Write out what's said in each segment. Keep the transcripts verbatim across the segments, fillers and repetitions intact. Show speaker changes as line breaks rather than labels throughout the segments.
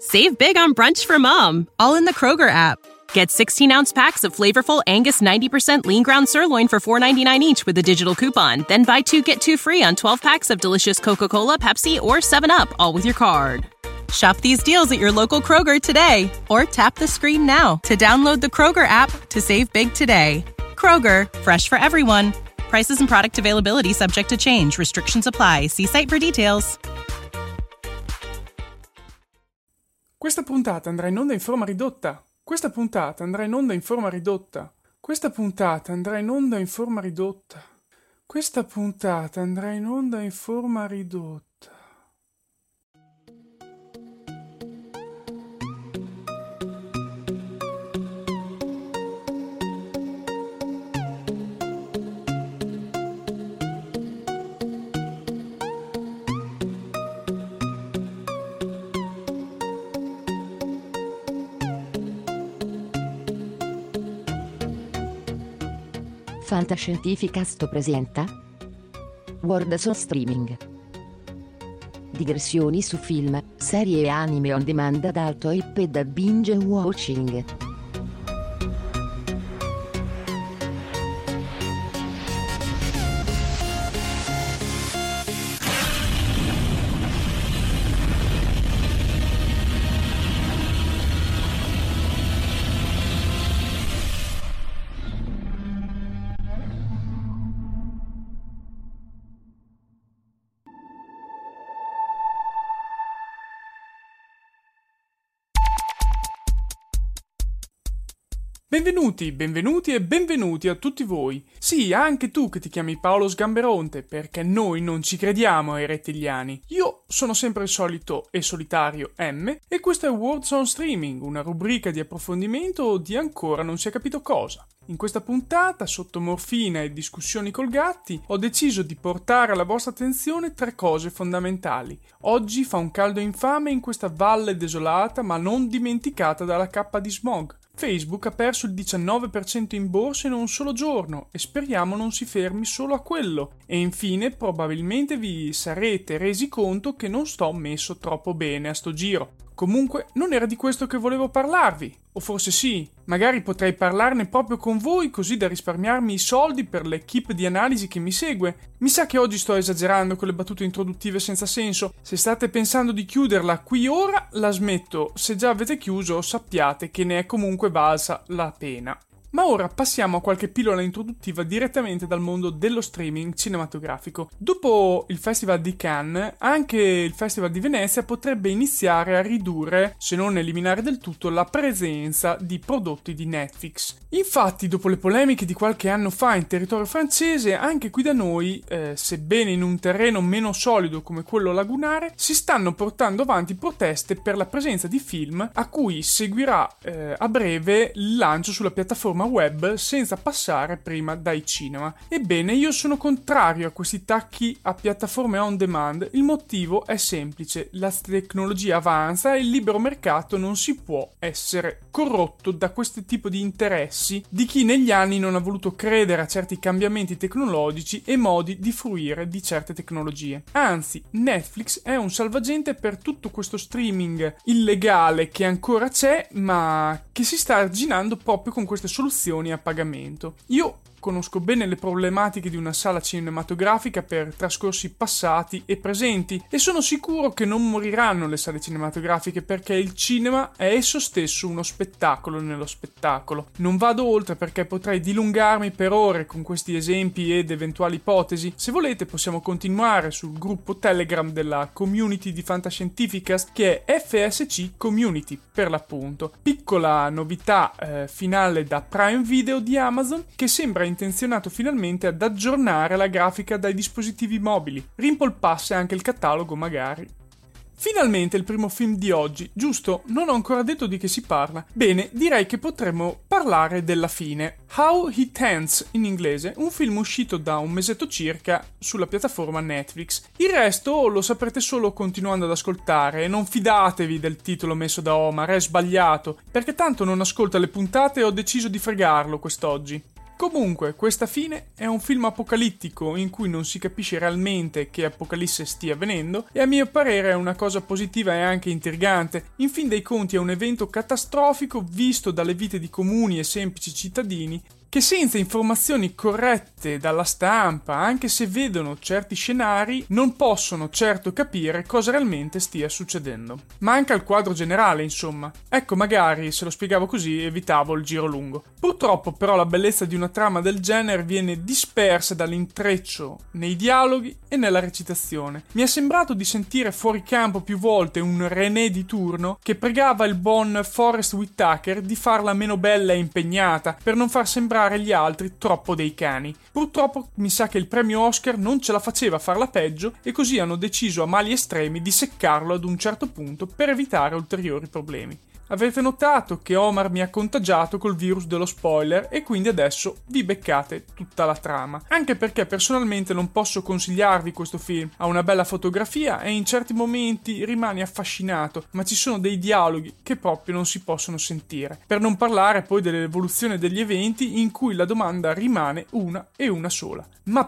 Save big on brunch for mom, all in the Kroger app. Get sixteen-ounce packs of flavorful Angus ninety percent lean ground sirloin for four ninety-nine each with a digital coupon. Then buy two, get two free on twelve packs of delicious Coca-Cola, Pepsi, or seven up, all with your card. Shop these deals at your local Kroger today, or tap the screen now to download the Kroger app to save big today. Kroger, fresh for everyone. Prices and product availability subject to change. Restrictions apply. See site for details.
Questa puntata andrà in onda in forma ridotta. Questa puntata andrà in onda in forma ridotta. Questa puntata andrà in onda in forma ridotta. Questa puntata andrà in onda in forma ridotta.
Fantascientificast presenta World on Streaming. Digressioni su film, serie e anime on demand ad alto hype e da binge watching.
Benvenuti, benvenuti e benvenuti a tutti voi. Sì, anche tu che ti chiami Paolo Sgamberonte, perché noi non ci crediamo ai rettiliani. Io sono sempre il solito e solitario M e questo è Words on Streaming, una rubrica di approfondimento di ancora non si è capito cosa. In questa puntata, sotto morfina e discussioni col gatti, ho deciso di portare alla vostra attenzione tre cose fondamentali. Oggi fa un caldo infame in questa valle desolata ma non dimenticata dalla cappa di smog. Facebook ha perso il diciannove per cento in borsa in un solo giorno e speriamo non si fermi solo a quello. E infine probabilmente vi sarete resi conto che non sto messo troppo bene a sto giro. Comunque non era di questo che volevo parlarvi, o forse sì, magari potrei parlarne proprio con voi così da risparmiarmi i soldi per l'equipe di analisi che mi segue. Mi sa che oggi sto esagerando con le battute introduttive senza senso. Se state pensando di chiuderla qui ora, la smetto. Se già avete chiuso, sappiate che ne è comunque valsa la pena. Ma ora passiamo a qualche pillola introduttiva direttamente dal mondo dello streaming cinematografico. Dopo il Festival di Cannes, anche il Festival di Venezia potrebbe iniziare a ridurre, se non eliminare del tutto, la presenza di prodotti di Netflix. Infatti, dopo le polemiche di qualche anno fa in territorio francese, anche qui da noi, eh, sebbene in un terreno meno solido come quello lagunare, si stanno portando avanti proteste per la presenza di film a cui seguirà eh, a breve il lancio sulla piattaforma web senza passare prima dai cinema. Ebbene, io sono contrario a questi tacchi a piattaforme on demand. Il motivo è semplice: la tecnologia avanza e il libero mercato non si può essere corrotto da questo tipo di interessi di chi negli anni non ha voluto credere a certi cambiamenti tecnologici e modi di fruire di certe tecnologie. Anzi, Netflix è un salvagente per tutto questo streaming illegale che ancora c'è, ma che si sta arginando proprio con queste soluzioni a pagamento. Io conosco bene le problematiche di una sala cinematografica per trascorsi passati e presenti e sono sicuro che non moriranno le sale cinematografiche, perché il cinema è esso stesso uno spettacolo nello spettacolo. Non vado oltre perché potrei dilungarmi per ore con questi esempi ed eventuali ipotesi. Se volete possiamo continuare sul gruppo Telegram della community di Fantascientificast, che è F S C Community per l'appunto. Piccola novità eh, finale da Prime Video di Amazon, che sembra intenzionato finalmente ad aggiornare la grafica dai dispositivi mobili. Rimpolpasse anche il catalogo magari. Finalmente il primo film di oggi, giusto? Non ho ancora detto di che si parla. Bene, direi che potremmo parlare della fine. How It Ends in inglese, un film uscito da un mesetto circa sulla piattaforma Netflix. Il resto lo saprete solo continuando ad ascoltare e non fidatevi del titolo messo da Omar, è sbagliato, perché tanto non ascolta le puntate e ho deciso di fregarlo quest'oggi. Comunque, questa fine è un film apocalittico in cui non si capisce realmente che apocalisse stia avvenendo e a mio parere è una cosa positiva e anche intrigante. In fin dei conti è un evento catastrofico visto dalle vite di comuni e semplici cittadini che senza informazioni corrette dalla stampa, anche se vedono certi scenari, non possono certo capire cosa realmente stia succedendo. Manca il quadro generale, insomma. Ecco, magari se lo spiegavo così evitavo il giro lungo. Purtroppo però la bellezza di una trama del genere viene dispersa dall'intreccio nei dialoghi e nella recitazione. Mi è sembrato di sentire fuori campo più volte un René di turno che pregava il buon Forest Whitaker di farla meno bella e impegnata per non far sembrare gli altri troppo dei cani. Purtroppo mi sa che il premio Oscar non ce la faceva a farla peggio e così hanno deciso a mali estremi di seccarlo ad un certo punto per evitare ulteriori problemi. Avete notato che Omar mi ha contagiato col virus dello spoiler e quindi adesso vi beccate tutta la trama. Anche perché personalmente non posso consigliarvi questo film. Ha una bella fotografia e in certi momenti rimani affascinato, ma ci sono dei dialoghi che proprio non si possono sentire. Per non parlare poi dell'evoluzione degli eventi in cui la domanda rimane una e una sola. Ma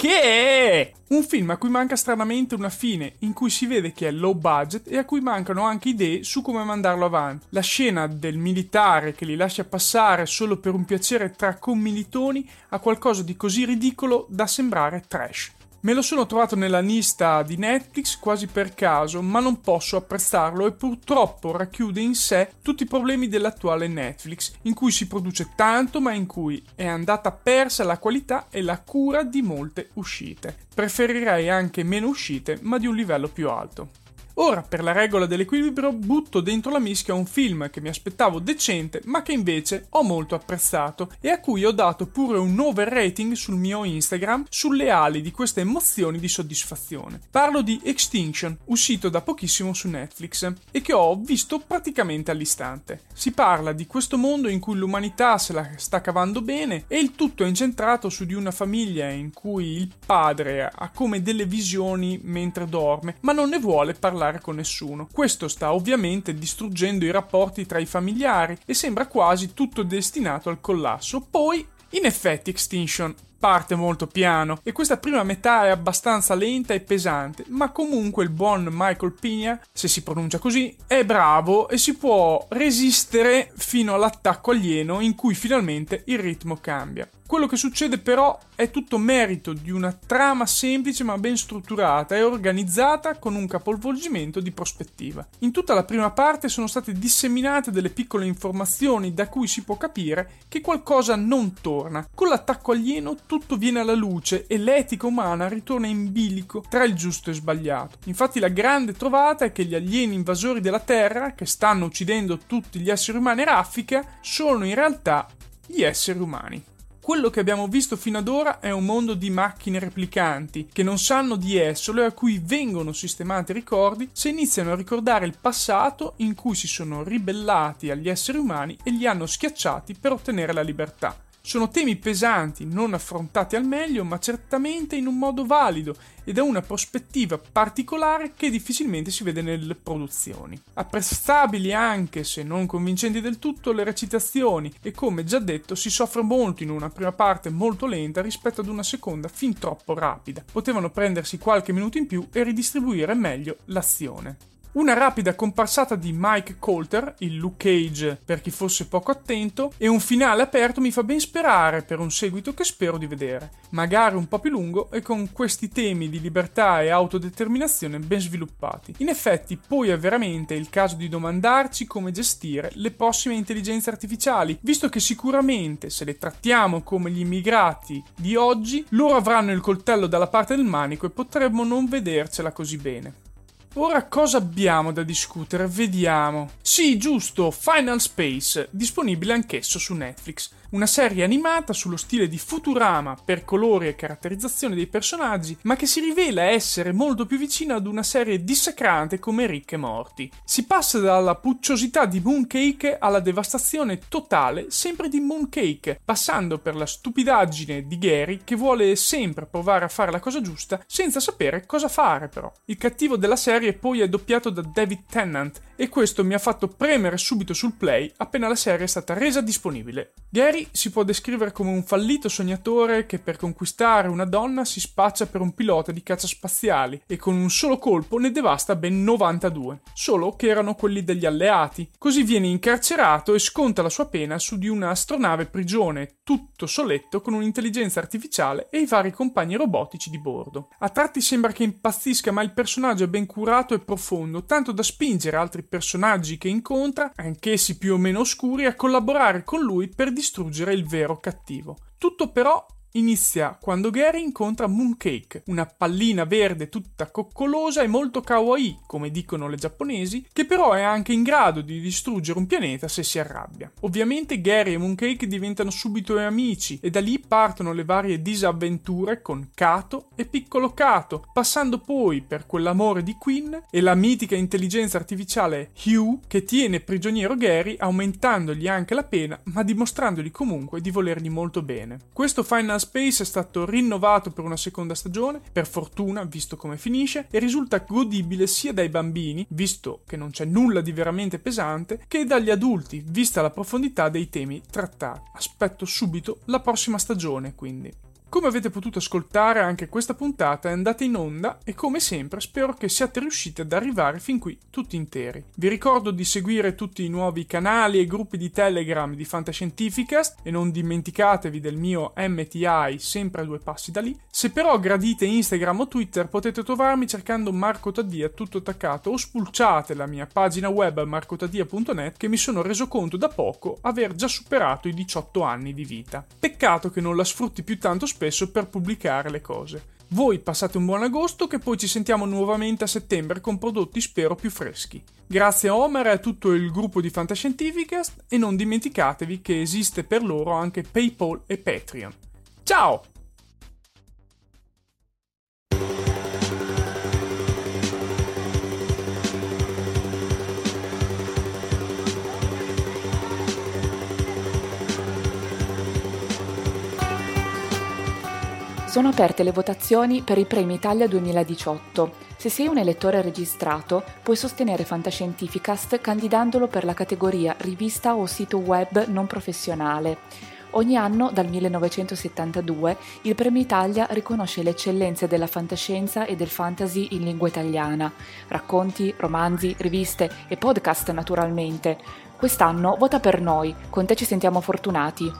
perché? Un film a cui manca stranamente una fine, in cui si vede che è low budget e a cui mancano anche idee su come mandarlo avanti. La scena del militare che li lascia passare solo per un piacere tra commilitoni ha qualcosa di così ridicolo da sembrare trash. Me lo sono trovato nella lista di Netflix quasi per caso, ma non posso apprezzarlo e purtroppo racchiude in sé tutti i problemi dell'attuale Netflix, in cui si produce tanto ma in cui è andata persa la qualità e la cura di molte uscite. Preferirei anche meno uscite, ma di un livello più alto. Ora, per la regola dell'equilibrio, butto dentro la mischia un film che mi aspettavo decente, ma che invece ho molto apprezzato e a cui ho dato pure un overrating sul mio Instagram sulle ali di queste emozioni di soddisfazione. Parlo di Extinction, uscito da pochissimo su Netflix e che ho visto praticamente all'istante. Si parla di questo mondo in cui l'umanità se la sta cavando bene e il tutto è incentrato su di una famiglia in cui il padre ha come delle visioni mentre dorme, ma non ne vuole parlare con nessuno. Questo sta ovviamente distruggendo i rapporti tra i familiari e sembra quasi tutto destinato al collasso. Poi, in effetti, Extinction parte molto piano e questa prima metà è abbastanza lenta e pesante, ma comunque il buon Michael Pena, se si pronuncia così, è bravo e si può resistere fino all'attacco alieno in cui finalmente il ritmo cambia. Quello che succede però è tutto merito di una trama semplice ma ben strutturata e organizzata con un capovolgimento di prospettiva. In tutta la prima parte sono state disseminate delle piccole informazioni da cui si può capire che qualcosa non torna. Con l'attacco alieno tutto viene alla luce e l'etica umana ritorna in bilico tra il giusto e sbagliato. Infatti la grande trovata è che gli alieni invasori della Terra, che stanno uccidendo tutti gli esseri umani a raffica, sono in realtà gli esseri umani. Quello che abbiamo visto fino ad ora è un mondo di macchine replicanti che non sanno di esso e a cui vengono sistemati ricordi se iniziano a ricordare il passato in cui si sono ribellati agli esseri umani e li hanno schiacciati per ottenere la libertà. Sono temi pesanti, non affrontati al meglio, ma certamente in un modo valido e da una prospettiva particolare che difficilmente si vede nelle produzioni. Apprezzabili anche, se non convincenti del tutto, le recitazioni e, come già detto, si soffre molto in una prima parte molto lenta rispetto ad una seconda fin troppo rapida. Potevano prendersi qualche minuto in più e ridistribuire meglio l'azione. Una rapida comparsata di Mike Colter, il Luke Cage per chi fosse poco attento, e un finale aperto mi fa ben sperare per un seguito che spero di vedere, magari un po' più lungo e con questi temi di libertà e autodeterminazione ben sviluppati. In effetti poi è veramente il caso di domandarci come gestire le prossime intelligenze artificiali, visto che sicuramente se le trattiamo come gli immigrati di oggi, loro avranno il coltello dalla parte del manico e potremmo non vedercela così bene. Ora cosa abbiamo da discutere? Vediamo. Sì, giusto, Final Space, disponibile anch'esso su Netflix. Una serie animata sullo stile di Futurama per colori e caratterizzazione dei personaggi, ma che si rivela essere molto più vicina ad una serie dissacrante come Rick e Morty. Si passa dalla pucciosità di Mooncake alla devastazione totale sempre di Mooncake, passando per la stupidaggine di Gary che vuole sempre provare a fare la cosa giusta senza sapere cosa fare però. Il cattivo della serie serie poi è doppiato da David Tennant e questo mi ha fatto premere subito sul play appena la serie è stata resa disponibile. Gary si può descrivere come un fallito sognatore che per conquistare una donna si spaccia per un pilota di caccia spaziali e con un solo colpo ne devasta ben novantadue, solo che erano quelli degli alleati. Così viene incarcerato e sconta la sua pena su di una astronave prigione, tutto soletto con un'intelligenza artificiale e i vari compagni robotici di bordo. A tratti sembra che impazzisca, ma il personaggio è ben curato e profondo, tanto da spingere altri personaggi che incontra, anch'essi più o meno oscuri, a collaborare con lui per distruggere il vero cattivo. Tutto però inizia quando Gary incontra Mooncake, una pallina verde tutta coccolosa e molto kawaii, come dicono le giapponesi, che però è anche in grado di distruggere un pianeta se si arrabbia. Ovviamente Gary e Mooncake diventano subito amici e da lì partono le varie disavventure con Kato e Piccolo Kato, passando poi per quell'amore di Quinn e la mitica intelligenza artificiale Hugh che tiene prigioniero Gary, aumentandogli anche la pena ma dimostrandogli comunque di volergli molto bene. Questo Final Space è stato rinnovato per una seconda stagione, per fortuna, visto come finisce, e risulta godibile sia dai bambini, visto che non c'è nulla di veramente pesante, che dagli adulti, vista la profondità dei temi trattati. Aspetto subito la prossima stagione, quindi. Come avete potuto ascoltare, anche questa puntata è andata in onda e come sempre spero che siate riusciti ad arrivare fin qui tutti interi. Vi ricordo di seguire tutti i nuovi canali e gruppi di Telegram di Fantascientificast e non dimenticatevi del mio M T I sempre a due passi da lì. Se però gradite Instagram o Twitter potete trovarmi cercando Marco Taddia tutto attaccato o spulciate la mia pagina web marcotaddia punto net che mi sono reso conto da poco aver già superato i diciotto anni di vita. Peccato che non la sfrutti più tanto spesso per pubblicare le cose. Voi passate un buon agosto che poi ci sentiamo nuovamente a settembre con prodotti spero più freschi. Grazie a Omer e a tutto il gruppo di Fantascientificast e non dimenticatevi che esiste per loro anche PayPal e Patreon. Ciao!
Sono aperte le votazioni per i Premi Italia duemiladiciotto. Se sei un elettore registrato, puoi sostenere Fantascientificast candidandolo per la categoria rivista o sito web non professionale. Ogni anno, dal millenovecentosettantadue, il Premio Italia riconosce le eccellenze della fantascienza e del fantasy in lingua italiana. Racconti, romanzi, riviste e podcast naturalmente. Quest'anno vota per noi, con te ci sentiamo fortunati.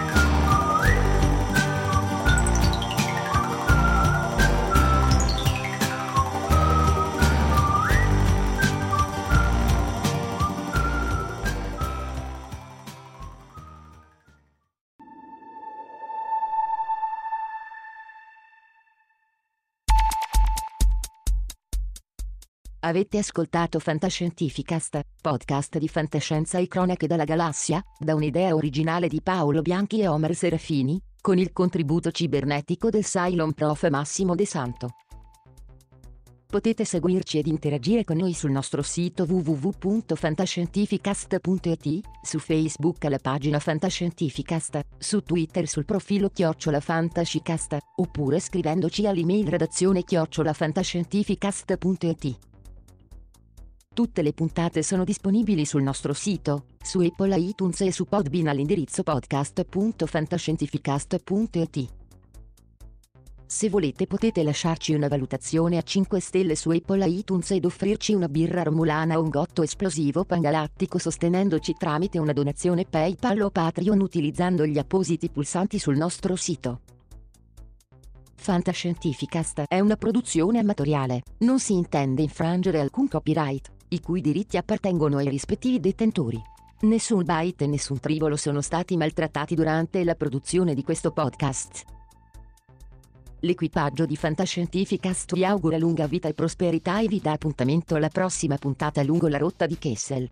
Avete ascoltato Fantascientificast, podcast di fantascienza e cronache dalla galassia, da un'idea originale di Paolo Bianchi e Omer Serafini, con il contributo cibernetico del Cylon Prof Massimo De Santo. Potete seguirci ed interagire con noi sul nostro sito w w w punto fantascientificast punto i t, su Facebook alla pagina Fantascientificast, su Twitter sul profilo chiocciola Fantascicast, oppure scrivendoci all'email redazione chiocciola fantascientificast punto i t. Tutte le puntate sono disponibili sul nostro sito, su Apple iTunes e su Podbean all'indirizzo podcast punto fantascientificast punto i t. Se volete potete lasciarci una valutazione a cinque stelle su Apple iTunes ed offrirci una birra romulana o un gotto esplosivo pangalattico sostenendoci tramite una donazione PayPal o Patreon utilizzando gli appositi pulsanti sul nostro sito. Fantascientificast è una produzione amatoriale, non si intende infrangere alcun copyright, i cui diritti appartengono ai rispettivi detentori. Nessun byte e nessun tribolo sono stati maltrattati durante la produzione di questo podcast. L'equipaggio di Fantascientificast vi augura lunga vita e prosperità e vi dà appuntamento alla prossima puntata lungo la rotta di Kessel.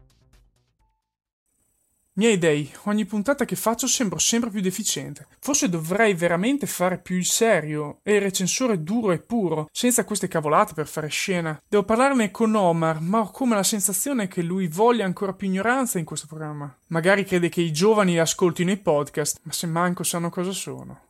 Miei dei, ogni puntata che faccio sembro sempre più deficiente. Forse dovrei veramente fare più il serio e il recensore duro e puro, senza queste cavolate per fare scena. Devo parlarne con Omar, ma ho come la sensazione che lui voglia ancora più ignoranza in questo programma. Magari crede che i giovani ascoltino i podcast, ma se manco sanno cosa sono.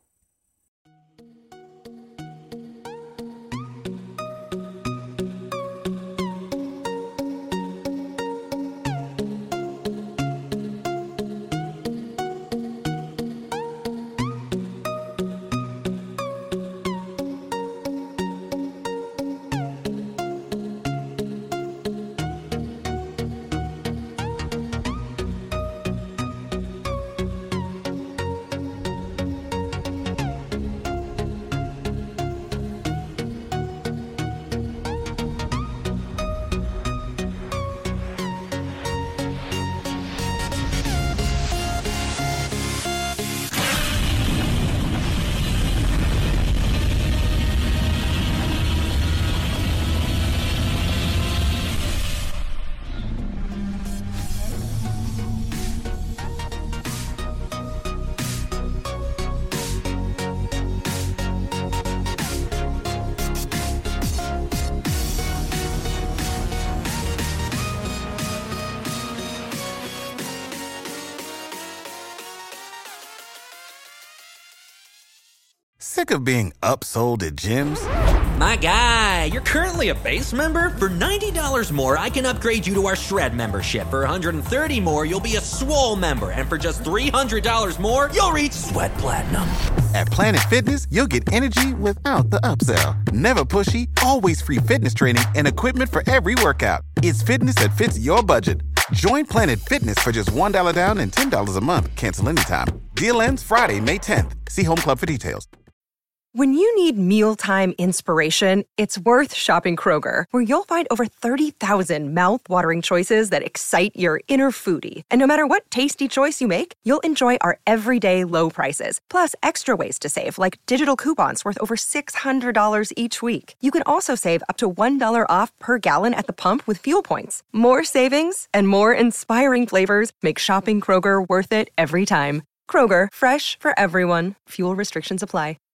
Sick of being upsold at gyms?
My guy, you're currently a base member? For ninety dollars more, I can upgrade you to our Shred membership. For one hundred thirty dollars more, you'll be a Swole member. And for just three hundred dollars more, you'll reach Sweat Platinum.
At Planet Fitness, you'll get energy without the upsell. Never pushy, always free fitness training and equipment for every workout. It's fitness that fits your budget. Join Planet Fitness for just one dollar down and ten dollars a month. Cancel anytime. Deal ends Friday, May tenth. See Home Club for details.
When you need mealtime inspiration, it's worth shopping Kroger, where you'll find over thirty thousand mouth-watering choices that excite your inner foodie. And no matter what tasty choice you make, you'll enjoy our everyday low prices, plus extra ways to save, like digital coupons worth over six hundred dollars each week. You can also save up to one dollar off per gallon at the pump with fuel points. More savings and more inspiring flavors make shopping Kroger worth it every time. Kroger, fresh for everyone. Fuel restrictions apply.